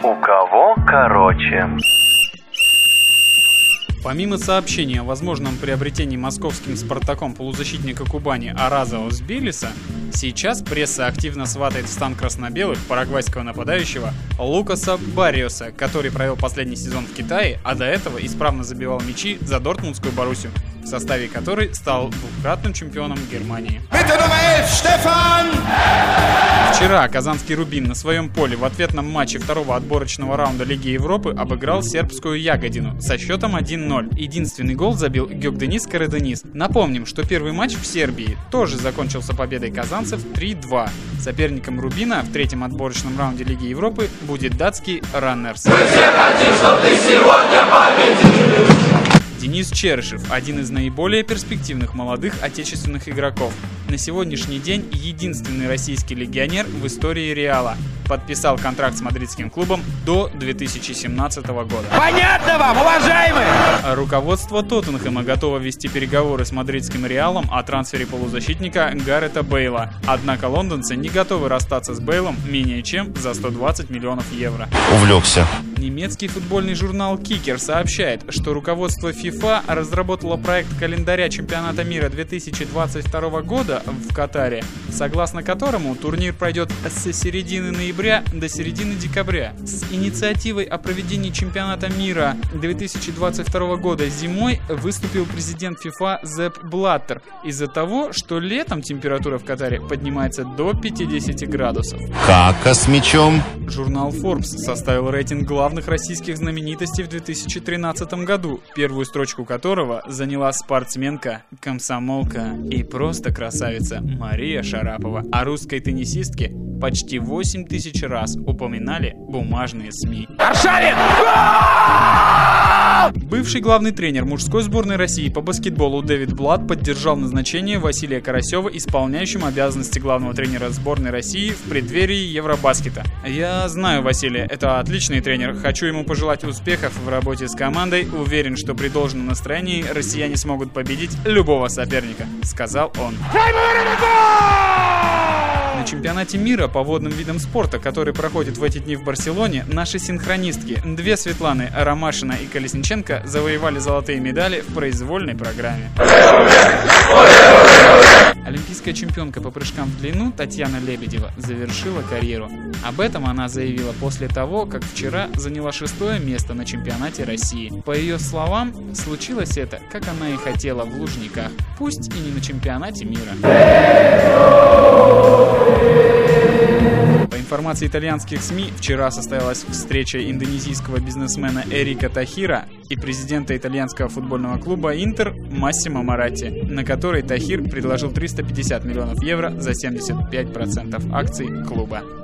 У кого короче? Помимо сообщения о возможном приобретении московским «Спартаком» полузащитника Кубани Араза Озбилиса, сейчас пресса активно сватает в стан красно-белых парагвайского нападающего Лукаса Барриоса, который провел последний сезон в Китае, а до этого исправно забивал мячи за Дортмундскую Боруссию, в составе которой стал двукратным чемпионом Германии. Вчера казанский «Рубин» на своем поле в ответном матче второго отборочного раунда Лиги Европы обыграл сербскую «Ягодину» со счетом 1-0. Единственный гол забил Гёкденис Караденис. Напомним, что первый матч в Сербии тоже закончился победой казанцев 3-2. Соперником «Рубина» в третьем отборочном раунде Лиги Европы будет датский «Раннерс». Денис Черышев – один из наиболее перспективных молодых отечественных игроков. На сегодняшний день единственный российский легионер в истории Реала. Подписал контракт с мадридским клубом до 2017 года. Понятно вам, уважаемые! Руководство Тоттенхэма готово вести переговоры с мадридским Реалом о трансфере полузащитника Гарета Бейла. Однако лондонцы не готовы расстаться с Бейлом менее чем за 120 миллионов евро. Увлекся. Немецкий футбольный журнал Kicker сообщает, что руководство FIFA разработало проект календаря чемпионата мира 2022 года в Катаре, согласно которому турнир пройдет с середины ноября до середины декабря. С инициативой о проведении чемпионата мира 2022 года зимой выступил президент FIFA Зепп Блаттер из-за того, что летом температура в Катаре поднимается до 50 градусов. Кака с мячом. Журнал Forbes составил рейтинг главных российских знаменитостей в 2013 году, первую строчку которого заняла спортсменка, комсомолка и просто красавица Мария Шарапова. О русской теннисистке почти 8 тысяч раз упоминали бумажные СМИ. Аршавин! Бывший главный тренер мужской сборной России по баскетболу Дэвид Блат поддержал назначение Василия Карасева исполняющим обязанности главного тренера сборной России в преддверии Евробаскета. Я знаю Василия, это отличный тренер, хочу ему пожелать успехов в работе с командой, уверен, что при должном настроении россияне смогут победить любого соперника, сказал он. На чемпионате мира по водным видам спорта, который проходит в эти дни в Барселоне, наши синхронистки, две Светланы, Ромашина и Колесниченко, завоевали золотые медали в произвольной программе. Олимпийская чемпионка по прыжкам в длину Татьяна Лебедева завершила карьеру. Об этом она заявила после того, как вчера заняла 6-е место на чемпионате России. По ее словам, случилось это, как она и хотела, в Лужниках, пусть и не на чемпионате мира. По информации итальянских СМИ, вчера состоялась встреча индонезийского бизнесмена Эрика Тахира и президента итальянского футбольного клуба «Интер» Массимо Моратти, на которой Тахир предложил 350 миллионов евро за 75% акций клуба.